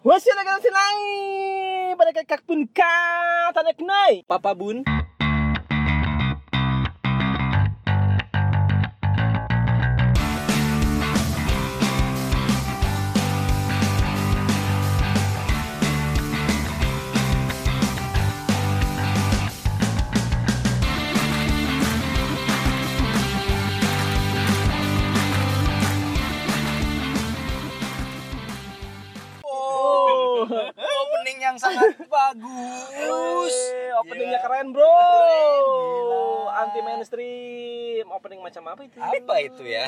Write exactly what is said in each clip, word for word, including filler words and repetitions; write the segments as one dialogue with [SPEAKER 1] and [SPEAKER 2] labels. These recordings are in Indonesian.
[SPEAKER 1] Wasya na kasi nai pada kakak pun ka tanak nai Papa Bun.
[SPEAKER 2] Opening yang sangat bagus.
[SPEAKER 1] Hey, openingnya
[SPEAKER 2] Gila.
[SPEAKER 1] keren bro.
[SPEAKER 2] Gila.
[SPEAKER 1] Anti mainstream. Opening macam apa itu?
[SPEAKER 2] Apa itu ya?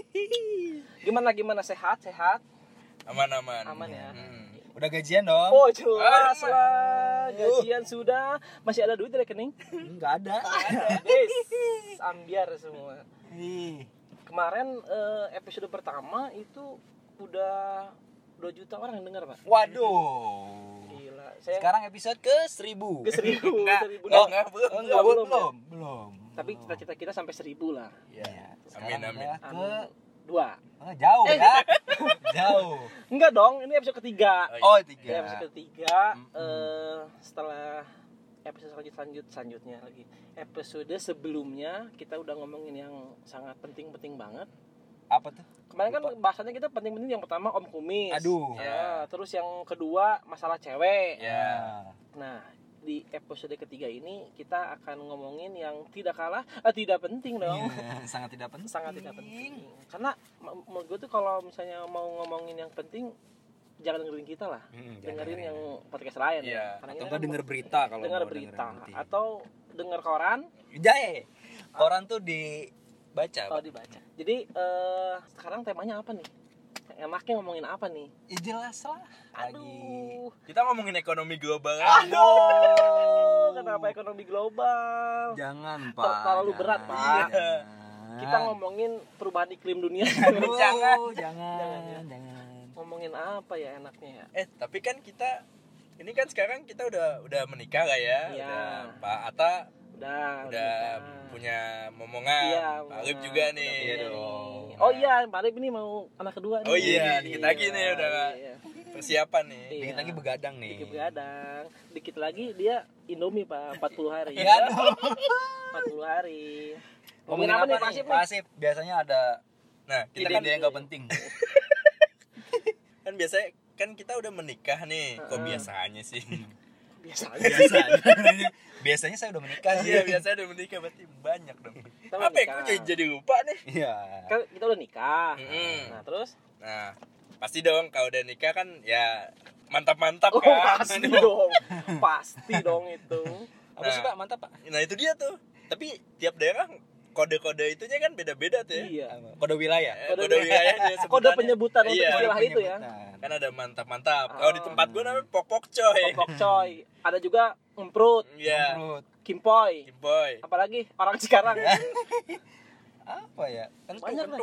[SPEAKER 1] Gimana gimana sehat sehat?
[SPEAKER 3] Aman-aman.
[SPEAKER 1] Aman ya.
[SPEAKER 2] Hmm. Udah gajian dong?
[SPEAKER 1] Oh jelas lah. Gajian sudah. Masih ada duit di rekening?
[SPEAKER 2] Enggak ada.
[SPEAKER 1] Guys, ambiar semua.
[SPEAKER 2] Ih.
[SPEAKER 1] Kemarin eh, episode pertama itu udah dua juta orang yang dengar, Pak.
[SPEAKER 2] Waduh.
[SPEAKER 1] Gila. Saya
[SPEAKER 2] Sekarang episode ke seribu.
[SPEAKER 1] ke seribu,
[SPEAKER 3] Enggak.
[SPEAKER 1] seribu.
[SPEAKER 3] Oh,
[SPEAKER 1] Nah,
[SPEAKER 3] enggak, belum.
[SPEAKER 2] Oh,
[SPEAKER 1] enggak,
[SPEAKER 2] belum,
[SPEAKER 1] belum, ya?
[SPEAKER 2] belum, belum.
[SPEAKER 1] Tapi cita-cita kita sampai seribu lah.
[SPEAKER 2] Ya.
[SPEAKER 3] Amin, amin.
[SPEAKER 2] Ke
[SPEAKER 1] Amin. Dua.
[SPEAKER 2] oh, jauh ya. Jauh.
[SPEAKER 1] Enggak dong, ini episode ketiga.
[SPEAKER 2] Oh,
[SPEAKER 1] Ini
[SPEAKER 2] tiga.
[SPEAKER 1] episode ketiga.
[SPEAKER 2] Mm-mm.
[SPEAKER 1] eh, setelah episode selanjut selanjut selanjutnya lagi. Episode sebelumnya kita udah ngomongin yang sangat penting-penting banget.
[SPEAKER 2] Apa tuh?
[SPEAKER 1] Kemarin kan bahasannya kita penting-penting, yang pertama Om Kumis.
[SPEAKER 2] Aduh.
[SPEAKER 1] Ya, terus yang kedua masalah cewek.
[SPEAKER 3] Ya.
[SPEAKER 1] Nah, di episode ketiga ini kita akan ngomongin yang tidak kalah, eh, tidak penting dong.
[SPEAKER 2] Iya, sangat tidak penting.
[SPEAKER 1] Sangat tidak penting. Karena m- menurut gue tuh kalau misalnya mau ngomongin yang penting, jangan dengerin kita lah.
[SPEAKER 2] Hmm,
[SPEAKER 1] Dengerin
[SPEAKER 2] jangan.
[SPEAKER 1] yang podcast lain.
[SPEAKER 3] Iya.
[SPEAKER 1] Ya. Karena
[SPEAKER 2] Atau
[SPEAKER 1] kita
[SPEAKER 2] enggak
[SPEAKER 1] kan
[SPEAKER 2] denger berita kalau
[SPEAKER 1] dengar
[SPEAKER 2] mau
[SPEAKER 1] berita
[SPEAKER 2] dengerin
[SPEAKER 1] atau dengar koran
[SPEAKER 2] Jahe. Koran tuh dibaca.
[SPEAKER 1] kalau dibaca. Jadi eh, sekarang temanya apa nih? Enaknya ngomongin apa nih?
[SPEAKER 2] Ya jelas lah. Lagi.
[SPEAKER 1] Aduh.
[SPEAKER 3] Kita ngomongin ekonomi global.
[SPEAKER 1] Aduh. Kenapa ekonomi global?
[SPEAKER 2] Jangan,
[SPEAKER 1] Ter-
[SPEAKER 2] Pak.
[SPEAKER 1] terlalu berat,
[SPEAKER 2] Jangan.
[SPEAKER 1] Pak.
[SPEAKER 2] Jangan.
[SPEAKER 1] Kita ngomongin perubahan iklim dunia.
[SPEAKER 2] Aduh,
[SPEAKER 3] Jangan.
[SPEAKER 2] jangan.
[SPEAKER 1] Jangan, ya.
[SPEAKER 2] Jangan.
[SPEAKER 1] Ngomongin apa ya enaknya ya?
[SPEAKER 3] Eh, tapi kan kita ini kan sekarang kita udah udah menikah lah ya.
[SPEAKER 1] Iya.
[SPEAKER 3] Udah Pak Ata
[SPEAKER 1] Udah,
[SPEAKER 3] udah
[SPEAKER 1] nikah.
[SPEAKER 3] punya momongan.
[SPEAKER 1] Iya,
[SPEAKER 3] Pak Alif
[SPEAKER 1] udah-
[SPEAKER 3] juga
[SPEAKER 1] udah
[SPEAKER 3] nih.
[SPEAKER 1] punya
[SPEAKER 2] Iya
[SPEAKER 1] nih.
[SPEAKER 2] dong.
[SPEAKER 1] Oh iya, Pak Alif ini mau anak kedua nih.
[SPEAKER 3] Oh iya, dikit lagi nih
[SPEAKER 1] Iya,
[SPEAKER 3] udah
[SPEAKER 1] iya.
[SPEAKER 3] persiapan nih.
[SPEAKER 1] Iya.
[SPEAKER 2] Dikit lagi begadang nih.
[SPEAKER 1] Dikit begadang. Dikit lagi dia Indomie, Pak, empat puluh hari.
[SPEAKER 2] Iya dong.
[SPEAKER 1] empat puluh hari.
[SPEAKER 2] Ngomongin apa nih?
[SPEAKER 1] Pasif nih?
[SPEAKER 2] Pasif. Biasanya ada
[SPEAKER 3] Nah, kita
[SPEAKER 2] ide
[SPEAKER 3] kan
[SPEAKER 2] yang enggak penting.
[SPEAKER 3] kan biasanya kan kita udah menikah nih. Kok
[SPEAKER 1] Heeh.
[SPEAKER 3] biasanya sih?
[SPEAKER 1] Biasa aja.
[SPEAKER 2] Biasanya. Biasanya saya udah menikah sih.
[SPEAKER 3] Iya, biasanya udah menikah berarti banyak dong.
[SPEAKER 1] Kita
[SPEAKER 3] Apa ya?
[SPEAKER 1] menikah.
[SPEAKER 3] Kok jadi, jadi lupa nih?
[SPEAKER 2] Iya.
[SPEAKER 1] Kan kita udah nikah.
[SPEAKER 3] Mm-mm.
[SPEAKER 1] Nah, terus
[SPEAKER 3] Nah, pasti dong kalau udah nikah kan ya mantap-mantap
[SPEAKER 1] oh,
[SPEAKER 3] kan.
[SPEAKER 1] pasti dong. Pasti dong itu.
[SPEAKER 2] Apa sih, Pak? Mantap, Pak.
[SPEAKER 3] Nah, itu dia tuh. Tapi tiap daerah kode-kode itunya kan beda-beda tuh ya.
[SPEAKER 1] Iya.
[SPEAKER 2] Kode wilayah.
[SPEAKER 3] Eh,
[SPEAKER 1] Kode
[SPEAKER 3] Kode, wilayahnya
[SPEAKER 1] Kode
[SPEAKER 3] sebutannya.
[SPEAKER 1] penyebutan untuk
[SPEAKER 3] Iya.
[SPEAKER 1] istilah itu ya.
[SPEAKER 3] Kan ada mantap-mantap. Kalau di
[SPEAKER 1] Oh.
[SPEAKER 3] tempat gua namanya pok-pok coy.
[SPEAKER 1] Pokok coy. Ada juga emprut,
[SPEAKER 3] Iya.
[SPEAKER 2] Menurut
[SPEAKER 1] kimpoy.
[SPEAKER 3] Boy.
[SPEAKER 1] Apalagi orang Cikarang.
[SPEAKER 2] apa ya? Kentu,
[SPEAKER 1] Banyak
[SPEAKER 2] kentu.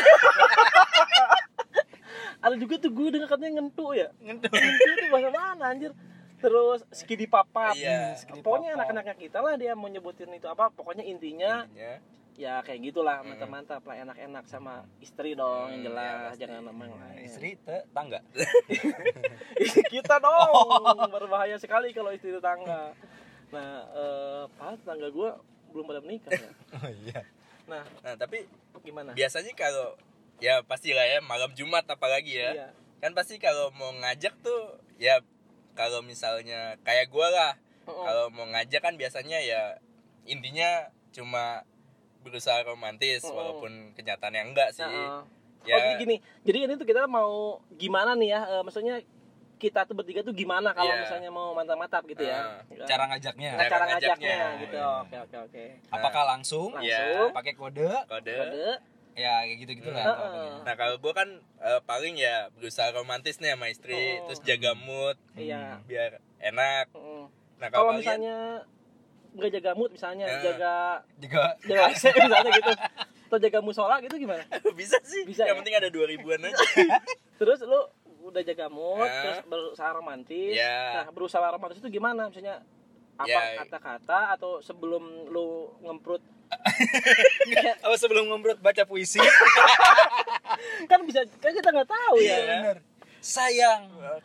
[SPEAKER 1] Ada juga tuh gue dengar katanya ngentu ya.
[SPEAKER 2] Kentu.
[SPEAKER 1] Ngentu itu bahasa mana anjir? Terus skidi papap.
[SPEAKER 3] Iya.
[SPEAKER 2] Skidi
[SPEAKER 1] Pokoknya
[SPEAKER 2] papap.
[SPEAKER 1] anak-anaknya kita lah dia mau nyebutin itu apa. Pokoknya intinya
[SPEAKER 3] Intinya,
[SPEAKER 1] ya kayak gitulah,
[SPEAKER 3] Hmm.
[SPEAKER 1] mantap-mantap lah, enak-enak sama istri dong yang
[SPEAKER 3] Hmm,
[SPEAKER 1] jelas,
[SPEAKER 3] ya pasti.
[SPEAKER 1] jangan nama yang lain.
[SPEAKER 2] Istri tetangga.
[SPEAKER 1] Kita dong
[SPEAKER 2] Oh.
[SPEAKER 1] berbahaya sekali kalau istri tetangga. Nah, eh padahal tetangga gue belum pada menikah ya.
[SPEAKER 2] Oh iya.
[SPEAKER 1] Nah,
[SPEAKER 3] nah tapi
[SPEAKER 1] gimana?
[SPEAKER 3] biasanya kalau ya pasti lah ya malam Jumat apalagi ya.
[SPEAKER 1] Iya.
[SPEAKER 3] Kan pasti kalau mau ngajak tuh ya kalau misalnya kayak gua lah.
[SPEAKER 1] Oh, oh.
[SPEAKER 3] Kalau mau ngajak kan biasanya ya intinya cuma berusaha romantis
[SPEAKER 1] Mm-mm.
[SPEAKER 3] walaupun kenyataannya enggak sih.
[SPEAKER 1] Nah, eh.
[SPEAKER 3] Ya.
[SPEAKER 1] Oh jadi gini, jadi ini tuh kita mau gimana nih ya? Eh, maksudnya kita tuh bertiga tuh gimana kalau
[SPEAKER 3] Iya.
[SPEAKER 1] misalnya mau mantap-mantap gitu ya?
[SPEAKER 3] Ah,
[SPEAKER 2] Cara ngajaknya.
[SPEAKER 1] Nah, cara
[SPEAKER 3] cara
[SPEAKER 1] ngajaknya
[SPEAKER 3] ngajaknya.
[SPEAKER 1] gitu.
[SPEAKER 2] Iya.
[SPEAKER 1] Oke oke oke.
[SPEAKER 2] Apakah langsung?
[SPEAKER 1] Langsung.
[SPEAKER 2] Pakai kode?
[SPEAKER 3] Kode.
[SPEAKER 1] Kode.
[SPEAKER 2] Ya kayak gitu-gitulah.
[SPEAKER 1] Hmm.
[SPEAKER 2] atau apanya.
[SPEAKER 3] Nah kalau gua kan eh, paling ya berusaha romantis nih sama istri,
[SPEAKER 1] Oh.
[SPEAKER 3] terus jaga mood
[SPEAKER 1] Iya.
[SPEAKER 3] biar enak.
[SPEAKER 1] Mm.
[SPEAKER 3] Nah
[SPEAKER 1] Kalau
[SPEAKER 3] kalau kalian
[SPEAKER 1] misalnya nggak jaga mood misalnya,
[SPEAKER 3] Eh.
[SPEAKER 1] jaga
[SPEAKER 2] Juga
[SPEAKER 1] jaga A C misalnya gitu. Atau jaga musola gitu gimana?
[SPEAKER 3] bisa sih.
[SPEAKER 1] Bisa
[SPEAKER 3] Yang
[SPEAKER 1] ya?
[SPEAKER 3] penting ada dua ribuan aja.
[SPEAKER 1] Terus lu udah jaga mood,
[SPEAKER 3] Eh.
[SPEAKER 1] terus berusaha romantis.
[SPEAKER 3] Iya.
[SPEAKER 1] Nah, berusaha romantis itu gimana? Misalnya apa
[SPEAKER 3] Ya.
[SPEAKER 1] kata-kata atau sebelum lu ngemprut
[SPEAKER 2] oh sebelum ngombrot baca puisi.
[SPEAKER 1] kan bisa kan kita nggak tahu
[SPEAKER 2] Iya
[SPEAKER 1] ya.
[SPEAKER 2] benar. Sayang.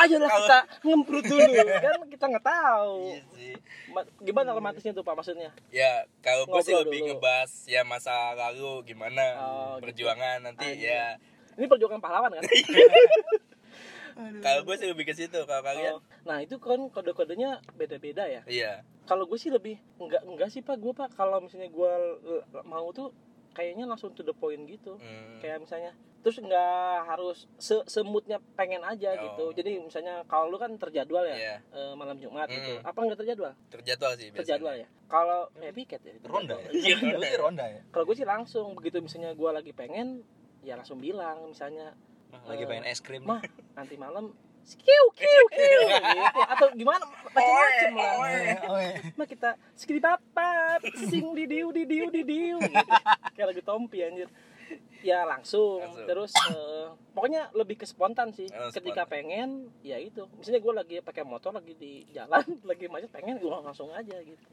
[SPEAKER 1] ayolah
[SPEAKER 3] Kalau-
[SPEAKER 1] kita ngemprut dulu kan kita nggak tahu.
[SPEAKER 3] Iya sih.
[SPEAKER 1] Ma- Gimana romantisnya tuh Pak maksudnya?
[SPEAKER 3] Ya kalau gue sih
[SPEAKER 1] Ngobrol
[SPEAKER 3] lebih
[SPEAKER 1] dulu.
[SPEAKER 3] ngebahas ya masa lalu gimana
[SPEAKER 1] Oh, gitu.
[SPEAKER 3] perjuangan nanti
[SPEAKER 1] Anjir.
[SPEAKER 3] ya.
[SPEAKER 1] Ini perjuangan pahlawan kan?
[SPEAKER 3] Kalau gue sih lebih ke situ. Kalau kalian?
[SPEAKER 1] Oh, nah itu kan kode-kodenya beda-beda ya.
[SPEAKER 3] Iya.
[SPEAKER 1] Kalau gue sih lebih enggak enggak sih Pak, gue Pak kalau misalnya gue l- mau tuh kayaknya langsung to the point gitu.
[SPEAKER 3] Hmm.
[SPEAKER 1] Kayak misalnya terus nggak harus se semutnya pengen aja
[SPEAKER 3] Oh.
[SPEAKER 1] gitu. Jadi misalnya kalau lu kan terjadwal ya
[SPEAKER 3] Iya.
[SPEAKER 1] eh, malam Jumat gitu.
[SPEAKER 3] Hmm.
[SPEAKER 1] Apa nggak terjadwal?
[SPEAKER 3] Terjadwal sih biasanya.
[SPEAKER 1] Terjadwal ya. Kalau kayak piket ya.
[SPEAKER 2] Ronda ya?
[SPEAKER 3] Iya, ronda.
[SPEAKER 2] Berarti ronda ya?
[SPEAKER 1] Kalau gue sih langsung begitu misalnya gue lagi pengen ya langsung bilang misalnya
[SPEAKER 2] Lagi
[SPEAKER 1] Eh,
[SPEAKER 2] pengen es krim
[SPEAKER 1] mah nanti malam kiu kiu kiu gitu atau gimana macam-macam lah.
[SPEAKER 2] Oe, oe.
[SPEAKER 1] Mah kita skidi papat sing di diu di diu di diu gitu. Kayak lagu Tompi anjir. Ya langsung,
[SPEAKER 3] Langsung.
[SPEAKER 1] terus eh, pokoknya lebih ke spontan sih.
[SPEAKER 3] Oh,
[SPEAKER 1] Ketika
[SPEAKER 3] spontan.
[SPEAKER 1] pengen ya itu. Misalnya gue lagi pakai motor lagi di jalan lagi macet pengen gue langsung aja gitu.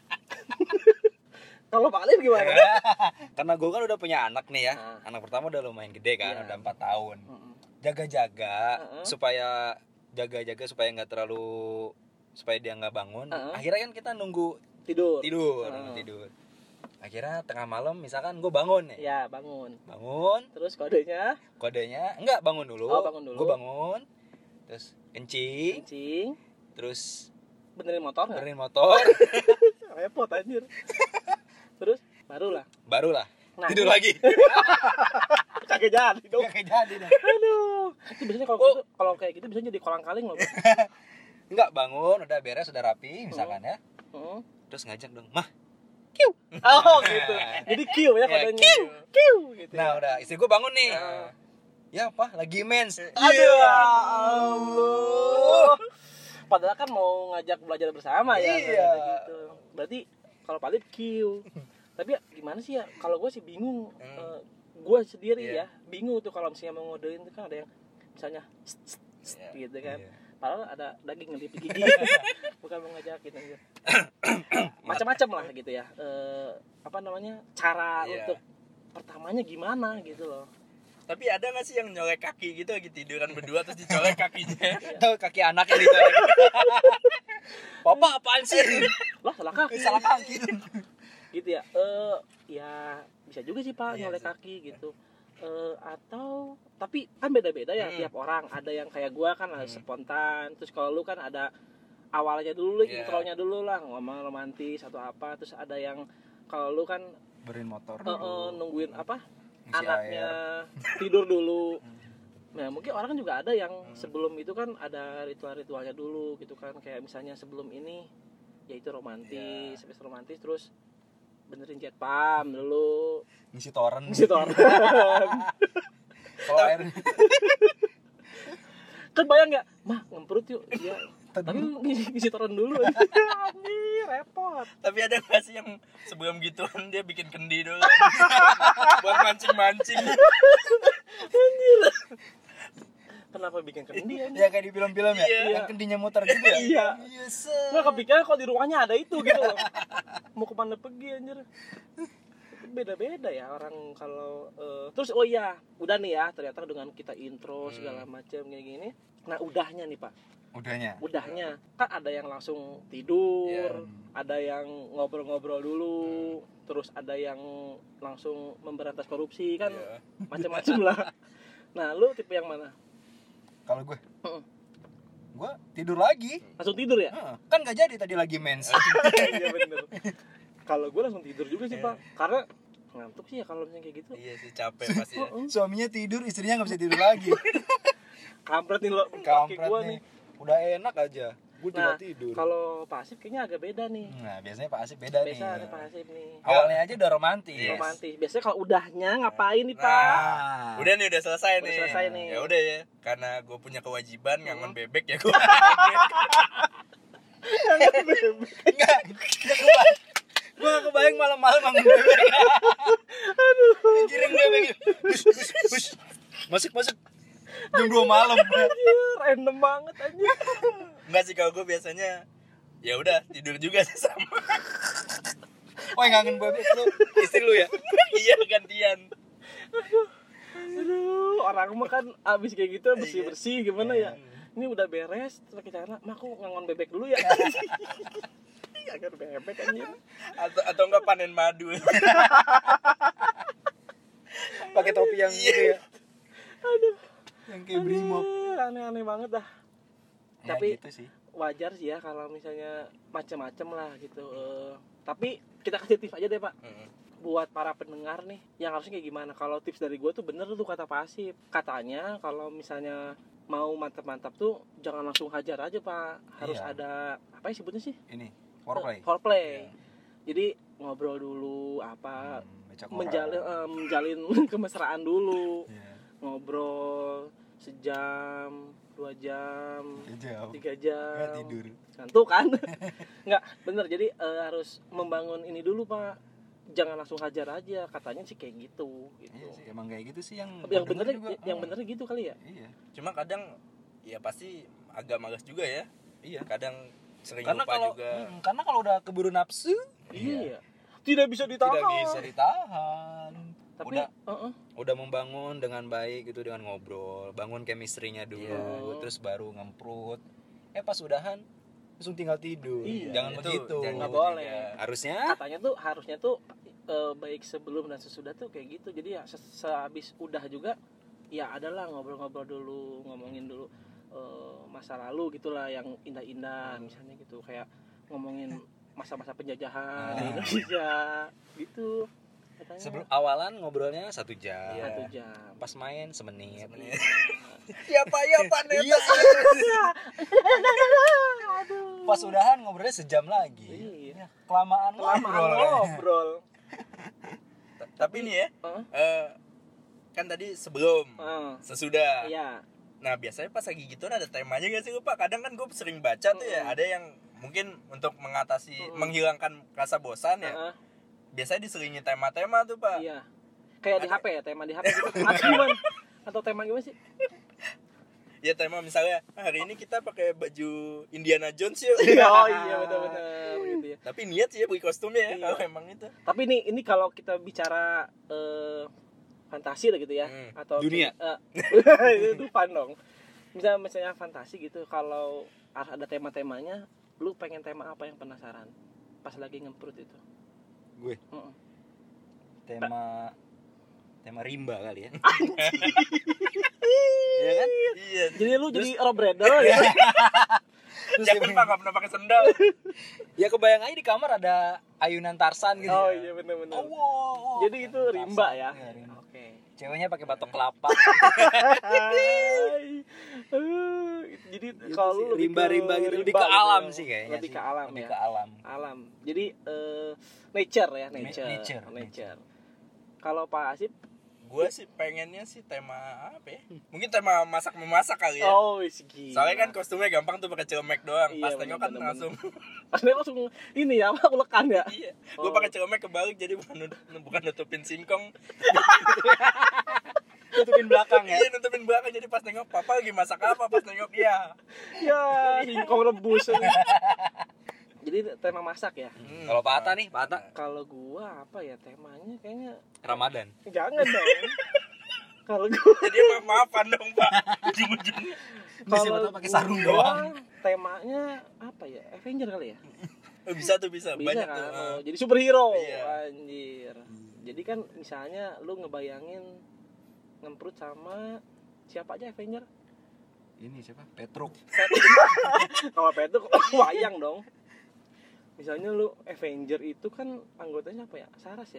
[SPEAKER 1] Kalau Pak Alif gimana?
[SPEAKER 2] Karena gue kan udah punya anak nih ya.
[SPEAKER 1] Nah.
[SPEAKER 2] Anak pertama udah lumayan gede kan,
[SPEAKER 1] Iya.
[SPEAKER 2] udah empat tahun.
[SPEAKER 1] Mm-mm.
[SPEAKER 2] Jaga-jaga
[SPEAKER 1] Heeh.
[SPEAKER 2] supaya jaga-jaga supaya nggak terlalu supaya dia nggak bangun.
[SPEAKER 1] Heeh.
[SPEAKER 2] Akhirnya kan kita nunggu
[SPEAKER 1] Tidur.
[SPEAKER 2] tidur,
[SPEAKER 1] Heeh.
[SPEAKER 2] nunggu tidur. Akhirnya tengah malam misalkan gue bangun nih.
[SPEAKER 1] Ya bangun.
[SPEAKER 2] Bangun,
[SPEAKER 1] Terus kodenya
[SPEAKER 2] kodenya enggak bangun dulu.
[SPEAKER 1] Oh, bangun dulu.
[SPEAKER 2] Gue bangun. Terus kencing,
[SPEAKER 1] kencing,
[SPEAKER 2] terus
[SPEAKER 1] benerin motor nggak?
[SPEAKER 2] benerin motor,
[SPEAKER 1] Repot anjir. Terus barulah.
[SPEAKER 2] barulah
[SPEAKER 1] Nah,
[SPEAKER 2] tidur
[SPEAKER 1] ini-
[SPEAKER 2] lagi.
[SPEAKER 1] Kagak jadi dong.
[SPEAKER 2] Gak jadi dah.
[SPEAKER 1] Aduh. Itu biasanya kalau
[SPEAKER 2] Oh.
[SPEAKER 1] gitu, kalau kayak gitu biasanya jadi kolang-kaling loh.
[SPEAKER 2] Enggak bangun, udah beres, udah rapi misalkan ya.
[SPEAKER 1] Heeh.
[SPEAKER 2] Terus ngajak dong, "Mah."
[SPEAKER 1] Oh gitu. Jadi Q ya
[SPEAKER 2] Ya,
[SPEAKER 1] kodenya.
[SPEAKER 2] Q.
[SPEAKER 1] Q gitu.
[SPEAKER 2] Nah, udah istri gue bangun nih.
[SPEAKER 1] Ah.
[SPEAKER 2] Ya apa? Lagi mens.
[SPEAKER 1] Aduh.
[SPEAKER 2] Iya.
[SPEAKER 1] Allah. Padahal kan mau ngajak belajar bersama ya.
[SPEAKER 2] Iya.
[SPEAKER 1] kayak Gitu. Berarti kalau Pak Alif Q. Tapi ya, gimana sih ya? Kalau gue sih bingung.
[SPEAKER 3] Hmm.
[SPEAKER 1] Eh, gue sendiri
[SPEAKER 3] Iya.
[SPEAKER 1] ya bingung tuh kalau misalnya mau ngodein tuh kan ada yang misalnya "St, st, st,"
[SPEAKER 3] Iya.
[SPEAKER 1] gitu kan.
[SPEAKER 2] Iya.
[SPEAKER 1] Padahal ada daging di gigi. Bukan mau ngajakin aja. Macam-macam lah gitu ya. Eh, apa namanya? Cara
[SPEAKER 3] Iya.
[SPEAKER 1] untuk pertamanya gimana gitu loh.
[SPEAKER 3] Tapi ada nggak sih yang nyolek kaki gitu lagi tiduran berdua terus dicolek kakinya?
[SPEAKER 2] Tahu kaki anaknya gitu. Papa apaan sih?
[SPEAKER 1] Lah salah kaki.
[SPEAKER 2] Salah kaki.
[SPEAKER 1] Gitu ya. Eh ya bisa juga sih Pak
[SPEAKER 3] Iya
[SPEAKER 1] nyolek
[SPEAKER 3] sih.
[SPEAKER 1] kaki gitu. Eh atau tapi kan beda-beda ya
[SPEAKER 3] Hmm.
[SPEAKER 1] tiap orang. Ada yang kayak gua kan ada
[SPEAKER 3] Hmm.
[SPEAKER 1] spontan. Terus kalau lu kan ada awalnya dulu,
[SPEAKER 3] Iya.
[SPEAKER 1] intronya dulu lah, ngomong romantis atau apa. Terus ada yang kalau lu kan
[SPEAKER 2] Berin motor
[SPEAKER 1] eh, eh, nungguin apa?
[SPEAKER 2] Ngisi
[SPEAKER 1] Anaknya tidur dulu. Nah, mungkin orang kan juga ada yang sebelum itu kan ada ritual-ritualnya dulu gitu kan. Kayak misalnya sebelum ini yaitu romantis, habis romantis terus benerin jet pump dulu.
[SPEAKER 2] ngisi toren.
[SPEAKER 1] Ngisi toren.
[SPEAKER 2] Kalau air
[SPEAKER 1] Kan bayang nggak? Mah, ngemprut yuk. Iya. Tapi ngisi, ngisi toren dulu. Anjir, repot.
[SPEAKER 3] Tapi ada nggak sih yang sebelum gituan dia bikin kendi dulu buat mancing-mancing?
[SPEAKER 1] Kenapa bikin kendi
[SPEAKER 2] ya
[SPEAKER 1] anjir?
[SPEAKER 2] kayak di film-film ya,
[SPEAKER 3] Iya.
[SPEAKER 2] yang kendinya muter gitu ya.
[SPEAKER 1] Iya.
[SPEAKER 2] Yes.
[SPEAKER 1] Nggak kepikiran kalau di rumahnya ada itu gitu loh. Mau kemana pergi anjir. Beda-beda ya orang kalau eh, terus oh iya udah nih ya ternyata dengan kita intro segala macam gini-gini. Nah udahnya nih Pak,
[SPEAKER 2] Udahnya.
[SPEAKER 1] udahnya kan ada yang langsung tidur,
[SPEAKER 3] Iya.
[SPEAKER 1] ada yang ngobrol-ngobrol dulu, terus ada yang langsung memberantas korupsi kan
[SPEAKER 3] Iya.
[SPEAKER 1] macam-macam lah. Nah lu tipe yang mana?
[SPEAKER 2] Kalau gue,
[SPEAKER 1] Heeh.
[SPEAKER 2] gue tidur lagi.
[SPEAKER 1] Langsung tidur ya?
[SPEAKER 2] Heeh. Kan gak jadi tadi lagi mens.
[SPEAKER 1] Iya bener. Kalau gue langsung tidur juga sih
[SPEAKER 3] Iya.
[SPEAKER 1] Pak, karena ngantuk sih ya kalau misalnya kayak gitu.
[SPEAKER 3] Iya sih capek pasti ya.
[SPEAKER 1] Heeh.
[SPEAKER 2] Suaminya tidur, istrinya nggak bisa tidur lagi.
[SPEAKER 1] Kampret nih lo, kaki
[SPEAKER 2] Kampret
[SPEAKER 1] gue
[SPEAKER 2] nih.
[SPEAKER 1] nih.
[SPEAKER 2] Udah enak aja. Gue
[SPEAKER 1] Nah,
[SPEAKER 2] tinggal tidur.
[SPEAKER 1] kalau pasif kayaknya agak beda nih.
[SPEAKER 2] Nah, biasanya Pak Asif beda
[SPEAKER 1] Biasa ada
[SPEAKER 2] nih.
[SPEAKER 1] pasif nih.
[SPEAKER 2] Awalnya aja udah romantis.
[SPEAKER 3] Yes.
[SPEAKER 1] Romantis. Biasanya kalau udahnya ngapain nih, Pak?
[SPEAKER 2] Nah,
[SPEAKER 3] Udah nih udah selesai
[SPEAKER 1] Udah
[SPEAKER 3] nih.
[SPEAKER 1] selesai nih.
[SPEAKER 3] Ya udah ya, karena gue punya kewajiban ngangon bebek ya gue.
[SPEAKER 2] enggak. Gue gak kebayang malam-malam bangun bebek. Aduh. Giring bebek. Hush, hush, hush. Masuk, masuk. Jam dua malam.
[SPEAKER 1] Anjir, random banget anjir.
[SPEAKER 3] Enggak sih kalau gue biasanya ya udah tidur juga sih sama.
[SPEAKER 2] Wah, ngangen bebek lu. Istri lu ya?
[SPEAKER 3] Iya gantian.
[SPEAKER 1] Aduh, orang mah kan abis kayak gitu bersih-bersih gimana ya? ini udah beres terus kita enak mah aku ngangon bebek dulu ya. Agar bebek anjir.
[SPEAKER 3] Atau atau enggak panen madu.
[SPEAKER 2] Pakai topi yang gitu ya.
[SPEAKER 1] Aduh,
[SPEAKER 2] Yang kayak brimob.
[SPEAKER 1] aneh-aneh banget dah.
[SPEAKER 2] Ya,
[SPEAKER 1] Tapi
[SPEAKER 2] gitu sih.
[SPEAKER 1] wajar sih ya kalau misalnya macem-macem lah gitu. Eh, tapi kita kasih tips aja deh Pak.
[SPEAKER 3] Mm.
[SPEAKER 1] Buat para pendengar nih yang harusnya kayak gimana. Kalau tips dari gue tuh bener tuh kata Pak Asif. Katanya kalau misalnya mau mantap-mantap tuh jangan langsung hajar aja Pak. Harus
[SPEAKER 2] Iya.
[SPEAKER 1] ada apa ya sebutnya sih?
[SPEAKER 2] Ini foreplay.
[SPEAKER 1] Foreplay.
[SPEAKER 2] Iya.
[SPEAKER 1] Jadi ngobrol dulu apa
[SPEAKER 2] Hmm, baca koran.
[SPEAKER 1] menjalin eh, menjalin kemesraan dulu.
[SPEAKER 2] Iya.
[SPEAKER 1] Ngobrol sejam, dua jam,
[SPEAKER 2] Jauh.
[SPEAKER 1] tiga
[SPEAKER 2] Nggak
[SPEAKER 1] jam.
[SPEAKER 2] tidur.
[SPEAKER 1] Ngantuk kan? Nggak, bener. Jadi eh, harus membangun ini dulu Pak. Jangan langsung hajar aja. Katanya sih kayak gitu. gitu.
[SPEAKER 2] Iya sih, emang kayak gitu sih yang
[SPEAKER 1] Yang
[SPEAKER 2] gua denger
[SPEAKER 1] benernya,
[SPEAKER 2] juga.
[SPEAKER 1] yang
[SPEAKER 2] Ah,
[SPEAKER 1] benernya gitu kali ya.
[SPEAKER 2] Iya.
[SPEAKER 3] Cuma kadang ya pasti agak malas juga ya.
[SPEAKER 2] Iya.
[SPEAKER 3] Kadang sering
[SPEAKER 2] Karena
[SPEAKER 3] lupa
[SPEAKER 2] kalau
[SPEAKER 3] juga.
[SPEAKER 2] hmm, karena kalau udah keburu nafsu,
[SPEAKER 1] Iya. Tidak bisa ditahan.
[SPEAKER 2] tidak bisa ditahan.
[SPEAKER 1] Tapi,
[SPEAKER 2] udah
[SPEAKER 1] uh-uh.
[SPEAKER 2] udah membangun dengan baik gitu dengan ngobrol, bangun chemistry-nya dulu,
[SPEAKER 3] Iya.
[SPEAKER 2] terus baru ngemprut. Eh pas udahan langsung tinggal tidur.
[SPEAKER 1] Iya,
[SPEAKER 2] Jangan
[SPEAKER 3] itu
[SPEAKER 2] begitu.
[SPEAKER 3] jangan
[SPEAKER 1] Nggak
[SPEAKER 3] gitu
[SPEAKER 1] boleh.
[SPEAKER 3] juga.
[SPEAKER 2] Harusnya
[SPEAKER 1] Katanya tuh harusnya tuh eh, baik sebelum dan sesudah tuh kayak gitu. Jadi ya se- sehabis udah juga ya adalah ngobrol-ngobrol dulu, ngomongin dulu eh, masa lalu gitulah yang indah-indah misalnya gitu, kayak ngomongin masa-masa penjajahan di
[SPEAKER 2] Ah.
[SPEAKER 1] Indonesia gitu. Katanya
[SPEAKER 2] sebelum awalan ngobrolnya satu jam.
[SPEAKER 3] Iya.
[SPEAKER 1] satu jam.
[SPEAKER 2] Pas main semenit.
[SPEAKER 3] Semenit. Ya Pak, ya Pak, neta.
[SPEAKER 2] Iya.
[SPEAKER 1] Aduh.
[SPEAKER 2] Pas udahan ngobrolnya sejam lagi.
[SPEAKER 1] Iya.
[SPEAKER 2] Kelamaan
[SPEAKER 1] Lama
[SPEAKER 2] ngobrol.
[SPEAKER 1] ngobrol.
[SPEAKER 3] Ta- Tapi nih ya,
[SPEAKER 1] Heeh.
[SPEAKER 3] eh, kan tadi sebelum,
[SPEAKER 1] Heeh.
[SPEAKER 3] sesudah.
[SPEAKER 1] Iya.
[SPEAKER 3] Nah biasanya pas lagi gitu ada temanya gak sih lu Pak? Kadang kan gue sering baca tuh ya,
[SPEAKER 1] Mm.
[SPEAKER 3] ada yang mungkin untuk mengatasi,
[SPEAKER 1] Mm.
[SPEAKER 3] menghilangkan rasa bosan ya,
[SPEAKER 1] Heeh.
[SPEAKER 3] biasanya diselingi tema-tema tuh Pak.
[SPEAKER 1] Iya. Kayak di
[SPEAKER 3] Ada-
[SPEAKER 1] H P ya, tema di H P gitu. Atau gimana? Atau tema gimana sih?
[SPEAKER 3] Ya tema misalnya, "Ah, hari ini kita pakai baju Indiana Jones yuk."
[SPEAKER 1] Oh iya benar-benar gitu ya.
[SPEAKER 3] Tapi niat sih ya beli kostumnya ya,
[SPEAKER 1] Iya.
[SPEAKER 3] kalau emang itu.
[SPEAKER 1] Tapi ini ini kalau kita bicara eh, fantasi lah gitu ya,
[SPEAKER 3] Hmm.
[SPEAKER 1] atau
[SPEAKER 2] Dunia.
[SPEAKER 1] eh, itu fun dong. Misalnya misalnya fantasi gitu, kalau ada tema-temanya, lu pengen tema apa yang penasaran pas lagi ngemprut itu?
[SPEAKER 2] Gue
[SPEAKER 1] Heeh.
[SPEAKER 2] tema tema rimba kali ya. Iya kan?
[SPEAKER 3] Iya.
[SPEAKER 1] Jadi lu jadi Rob Bradel ya?
[SPEAKER 2] Terus
[SPEAKER 3] Jangan
[SPEAKER 2] dia-
[SPEAKER 3] Pak, nggak pernah pakai sendal.
[SPEAKER 2] ya kebayang aja di kamar ada ayunan Tarsan gitu.
[SPEAKER 1] Oh iya benar-benar.
[SPEAKER 2] Oh, wow.
[SPEAKER 1] Jadi itu rimba ya?
[SPEAKER 2] Iya, rimba.
[SPEAKER 1] Oke.
[SPEAKER 2] Ceweknya pakai batok kelapa.
[SPEAKER 1] Hai. Eh, jadi
[SPEAKER 2] Gitu
[SPEAKER 1] kalau
[SPEAKER 2] sih,
[SPEAKER 1] lu lebih ke
[SPEAKER 2] rimba-rimba gitu lebih
[SPEAKER 1] rimba
[SPEAKER 2] ke
[SPEAKER 1] gitu
[SPEAKER 2] alam
[SPEAKER 1] ya.
[SPEAKER 2] sih kayaknya.
[SPEAKER 1] Lebih
[SPEAKER 2] sih.
[SPEAKER 1] ke alam
[SPEAKER 2] Lebih
[SPEAKER 1] ya.
[SPEAKER 2] ke alam.
[SPEAKER 1] Alam. Jadi eh, nature ya, nature.
[SPEAKER 2] nature,
[SPEAKER 1] Nature. Kalau Pak Asip,
[SPEAKER 3] Gue sih pengennya sih tema apa ya? Mungkin tema masak-memasak kali ya.
[SPEAKER 1] oh segi.
[SPEAKER 3] Soalnya kan kostumnya gampang tuh pakai celemek doang.
[SPEAKER 1] Iya,
[SPEAKER 3] Pas tengok kan
[SPEAKER 1] bener-bener.
[SPEAKER 3] langsung.
[SPEAKER 1] Pasti langsung ini ya, aku lekan ya.
[SPEAKER 3] Iya. Gue
[SPEAKER 1] Oh.
[SPEAKER 3] pakai celemek kebalik jadi bukan nut- bukan nutupin singkong.
[SPEAKER 2] Tutupin belakang ya.
[SPEAKER 3] Iya nutupin belakang jadi pas nengok papa lagi masak apa pas nengok iya.
[SPEAKER 1] Ya, singkong rebus. Jadi tema masak ya.
[SPEAKER 3] Hmm.
[SPEAKER 2] Kalau Pak Atta nih, Pak Atta
[SPEAKER 1] Kalau gua apa ya temanya kayaknya
[SPEAKER 2] Ramadan.
[SPEAKER 1] jangan dong. Kalau gua
[SPEAKER 3] Jadi maaf maafan dong Pak. Ujung-ujungnya.
[SPEAKER 2] Dia siapa tahu pakai sarung
[SPEAKER 1] gua,
[SPEAKER 2] doang.
[SPEAKER 1] temanya apa ya? Avenger kali ya?
[SPEAKER 3] Oh, bisa tuh bisa,
[SPEAKER 1] Bisa
[SPEAKER 3] banyak
[SPEAKER 1] kan?
[SPEAKER 3] tuh.
[SPEAKER 1] Oh,
[SPEAKER 3] eh.
[SPEAKER 1] jadi superhero.
[SPEAKER 3] Iya.
[SPEAKER 1] Anjir. Jadi kan misalnya lu ngebayangin ngemprut sama siapa aja Avenger?
[SPEAKER 2] Ini siapa? Petruk.
[SPEAKER 1] Kalau Petruk wayang dong. Misalnya lu Avenger itu kan anggotanya apa ya? Saras ya?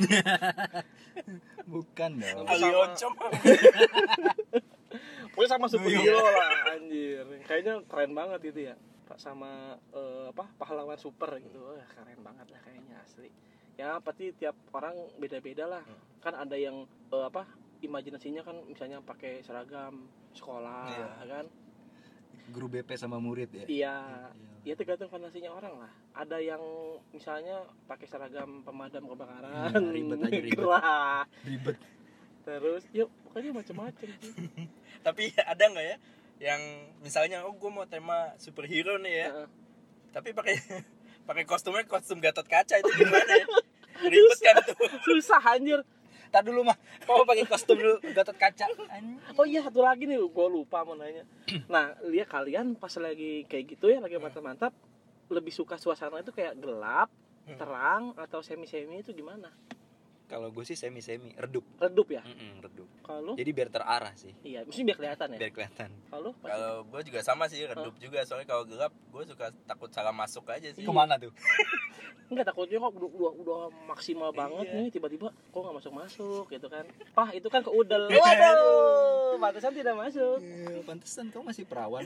[SPEAKER 2] Bukan dong.
[SPEAKER 1] Sama-
[SPEAKER 3] Ali Oncom.
[SPEAKER 1] Pokoknya sama superhero lah anjir. Kayaknya keren banget itu ya. Pak sama eh, apa pahlawan super gitu. Wah, keren banget lah kayaknya asli. Ya pasti tiap orang beda-beda lah. Kan ada yang eh, apa imajinasinya kan misalnya pakai seragam sekolah
[SPEAKER 2] Iya.
[SPEAKER 1] kan.
[SPEAKER 2] Guru B P sama murid ya.
[SPEAKER 1] Iya. Ya tergantung fantasinya orang lah. Ada yang misalnya pakai seragam pemadam kebakaran.
[SPEAKER 2] Iya, ribet aja, ribet.
[SPEAKER 1] Gerah.
[SPEAKER 2] Ribet.
[SPEAKER 1] Terus ya pokoknya macam-macam sih.
[SPEAKER 3] Tapi ada nggak ya yang misalnya oh gue mau tema superhero nih ya,
[SPEAKER 1] Heeh.
[SPEAKER 3] tapi pakai pakai kostumnya kostum Gatot Kaca itu gimana ya? Ribet kan tuh.
[SPEAKER 1] Susah anjir.
[SPEAKER 2] Tar dulu mah. Kau pakai kostum dulu Gatot Kaca.
[SPEAKER 1] Oh iya, satu lagi nih, gue lupa mau nanya. Nah, lihat kalian pas lagi kayak gitu ya, lagi mantap-mantap, lebih suka suasana itu kayak gelap, terang, atau semi-semi itu gimana?
[SPEAKER 2] Kalau gue sih semi-semi, redup.
[SPEAKER 1] Redup ya?
[SPEAKER 2] Mm-mm, redup.
[SPEAKER 1] Kalau?
[SPEAKER 2] Jadi biar terarah sih.
[SPEAKER 1] Iya, mesti biar kelihatan ya.
[SPEAKER 2] Biar kelihatan.
[SPEAKER 1] Kalau?
[SPEAKER 3] Kalau gue juga sama sih, redup juga. Soalnya kalau gelap, gue suka takut salah masuk aja sih.
[SPEAKER 2] Kemana tuh?
[SPEAKER 1] Enggak, takutnya kok udah, udah, udah maksimal banget
[SPEAKER 2] Iya.
[SPEAKER 1] nih, tiba-tiba kok nggak masuk-masuk gitu kan. Pah, itu kan keudel. Waduh, pantesan tidak masuk.
[SPEAKER 2] Eh, pantesan kau masih perawan.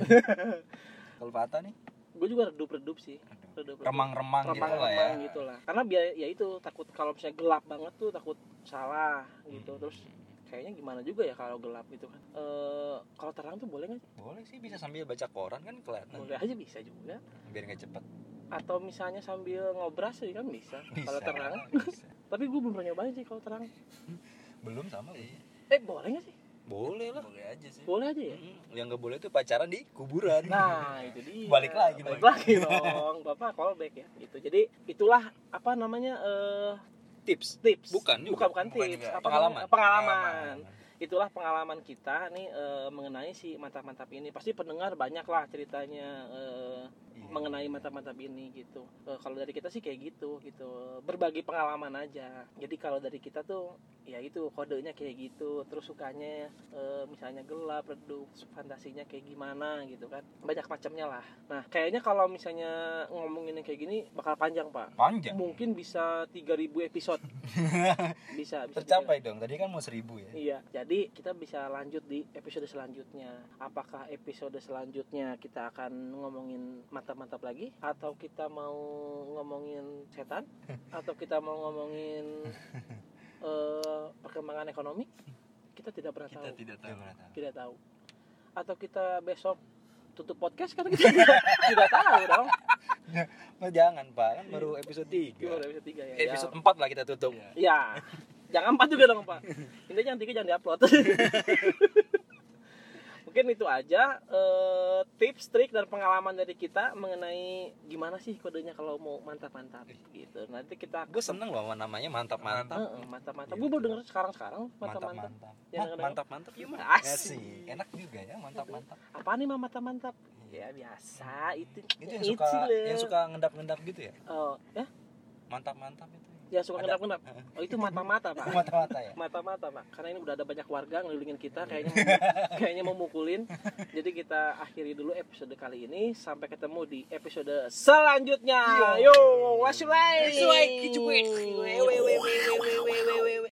[SPEAKER 2] Kalau Fata nih,
[SPEAKER 1] Gue juga redup-redup sih. Redup-redup.
[SPEAKER 2] remang-remang gitu lah ya.
[SPEAKER 1] Remang-remang gitu lah. Karena biar ya itu takut kalau misalnya gelap banget tuh takut salah gitu. Terus kayaknya gimana juga ya kalau gelap gitu kan. Eh kalau terang tuh boleh nggak sih?
[SPEAKER 2] Boleh sih, bisa sambil baca koran kan kelihatan.
[SPEAKER 1] Boleh aja, bisa juga.
[SPEAKER 2] Biar nggak cepet.
[SPEAKER 1] Atau misalnya sambil ngobras sih kan bisa. Kalau
[SPEAKER 2] Bisa,
[SPEAKER 1] terang.
[SPEAKER 2] bisa.
[SPEAKER 1] Tapi gue belum pernah nyobain sih kalau terang.
[SPEAKER 2] Belum sama gue.
[SPEAKER 3] Iya,
[SPEAKER 1] Eh boleh nggak sih?
[SPEAKER 2] Boleh lah.
[SPEAKER 3] boleh aja sih.
[SPEAKER 1] Boleh aja ya.
[SPEAKER 2] Mm, Yang nggak boleh tuh pacaran di kuburan.
[SPEAKER 1] Nah itu dia.
[SPEAKER 2] Balik lagi
[SPEAKER 1] Balik
[SPEAKER 2] dong.
[SPEAKER 1] lagi dong. Bapak callback ya. Gitu. Jadi itulah apa namanya eh
[SPEAKER 2] Tips.
[SPEAKER 1] tips.
[SPEAKER 2] Bukan juga.
[SPEAKER 1] Bukan bukan
[SPEAKER 3] Bukan
[SPEAKER 1] tips.
[SPEAKER 3] juga.
[SPEAKER 1] Apa
[SPEAKER 2] Pengalaman.
[SPEAKER 1] namanya? Pengalaman.
[SPEAKER 3] Pengalaman.
[SPEAKER 1] Itulah pengalaman kita nih eh, mengenai si mantap-mantap ini. Pasti pendengar banyak lah ceritanya eh,
[SPEAKER 2] Iya.
[SPEAKER 1] mengenai mantap-mantap ini gitu. Eh, kalau dari kita sih kayak gitu gitu. Berbagi pengalaman aja. Jadi kalau dari kita tuh ya itu kodenya kayak gitu. Terus sukanya eh, misalnya gelap, redup, fantasinya kayak gimana gitu kan. Banyak macamnya lah. Nah, kayaknya kalau misalnya ngomongin yang kayak gini bakal panjang, Pak.
[SPEAKER 2] Panjang.
[SPEAKER 1] Mungkin bisa tiga ribu episode. bisa, bisa
[SPEAKER 2] Tercapai dong. Tadi kan mau seribu ya.
[SPEAKER 1] Iya, jadi kita bisa lanjut di episode selanjutnya. Apakah episode selanjutnya kita akan ngomongin mantap-mantap lagi, atau kita mau ngomongin setan, atau kita mau ngomongin eh, perkembangan ekonomi? Kita tidak pernah
[SPEAKER 3] Kita
[SPEAKER 1] tahu.
[SPEAKER 3] tidak tahu.
[SPEAKER 1] Tidak tahu. Atau kita besok tutup podcast karena kita tidak, tidak tahu dong.
[SPEAKER 2] Nah, jangan Pak, kan baru episode tiga.
[SPEAKER 1] Gimana episode tiga ya?
[SPEAKER 2] Episode empat lah kita tutup.
[SPEAKER 3] Iya.
[SPEAKER 1] Ya. Jangan empat juga dong, Pak. Intinya jangan tiga, jangan diupload. Mungkin itu aja eh, tips, trik, dan pengalaman dari kita mengenai gimana sih kodenya kalau mau mantap-mantap gitu. Nanti kita
[SPEAKER 2] Gue seneng loh sama namanya mantap-mantap.
[SPEAKER 1] Heeh, mantap-mantap. Gue baru denger sekarang-sekarang mantap-mantap.
[SPEAKER 2] Mantap-mantap.
[SPEAKER 1] Ya,
[SPEAKER 2] Hah,
[SPEAKER 1] denger-denger.
[SPEAKER 2] Mantap-mantap gimana?
[SPEAKER 1] Asik.
[SPEAKER 2] Asik. Enak juga ya mantap-mantap.
[SPEAKER 1] Apa nih mah mantap-mantap? Ya biasa itu.
[SPEAKER 2] Itu yang suka
[SPEAKER 1] lah.
[SPEAKER 2] yang suka ngendap-ngendap gitu ya?
[SPEAKER 1] Oh, ya?
[SPEAKER 2] Mantap-mantap itu.
[SPEAKER 1] Yang suka
[SPEAKER 2] Ada.
[SPEAKER 1] ngedap-ngedap. Oh, itu mata-mata, Pak.
[SPEAKER 2] Mata-mata ya.
[SPEAKER 1] Mata-mata, Pak. Karena ini udah ada banyak warga ngelilingin kita, kayaknya kayaknya mau mukulin. Jadi kita akhiri dulu episode kali ini. Sampai ketemu di episode selanjutnya. Yo, wasulai.
[SPEAKER 2] Wasulai, kicuik. Wewe, wewe, wewe, wewe, wewe.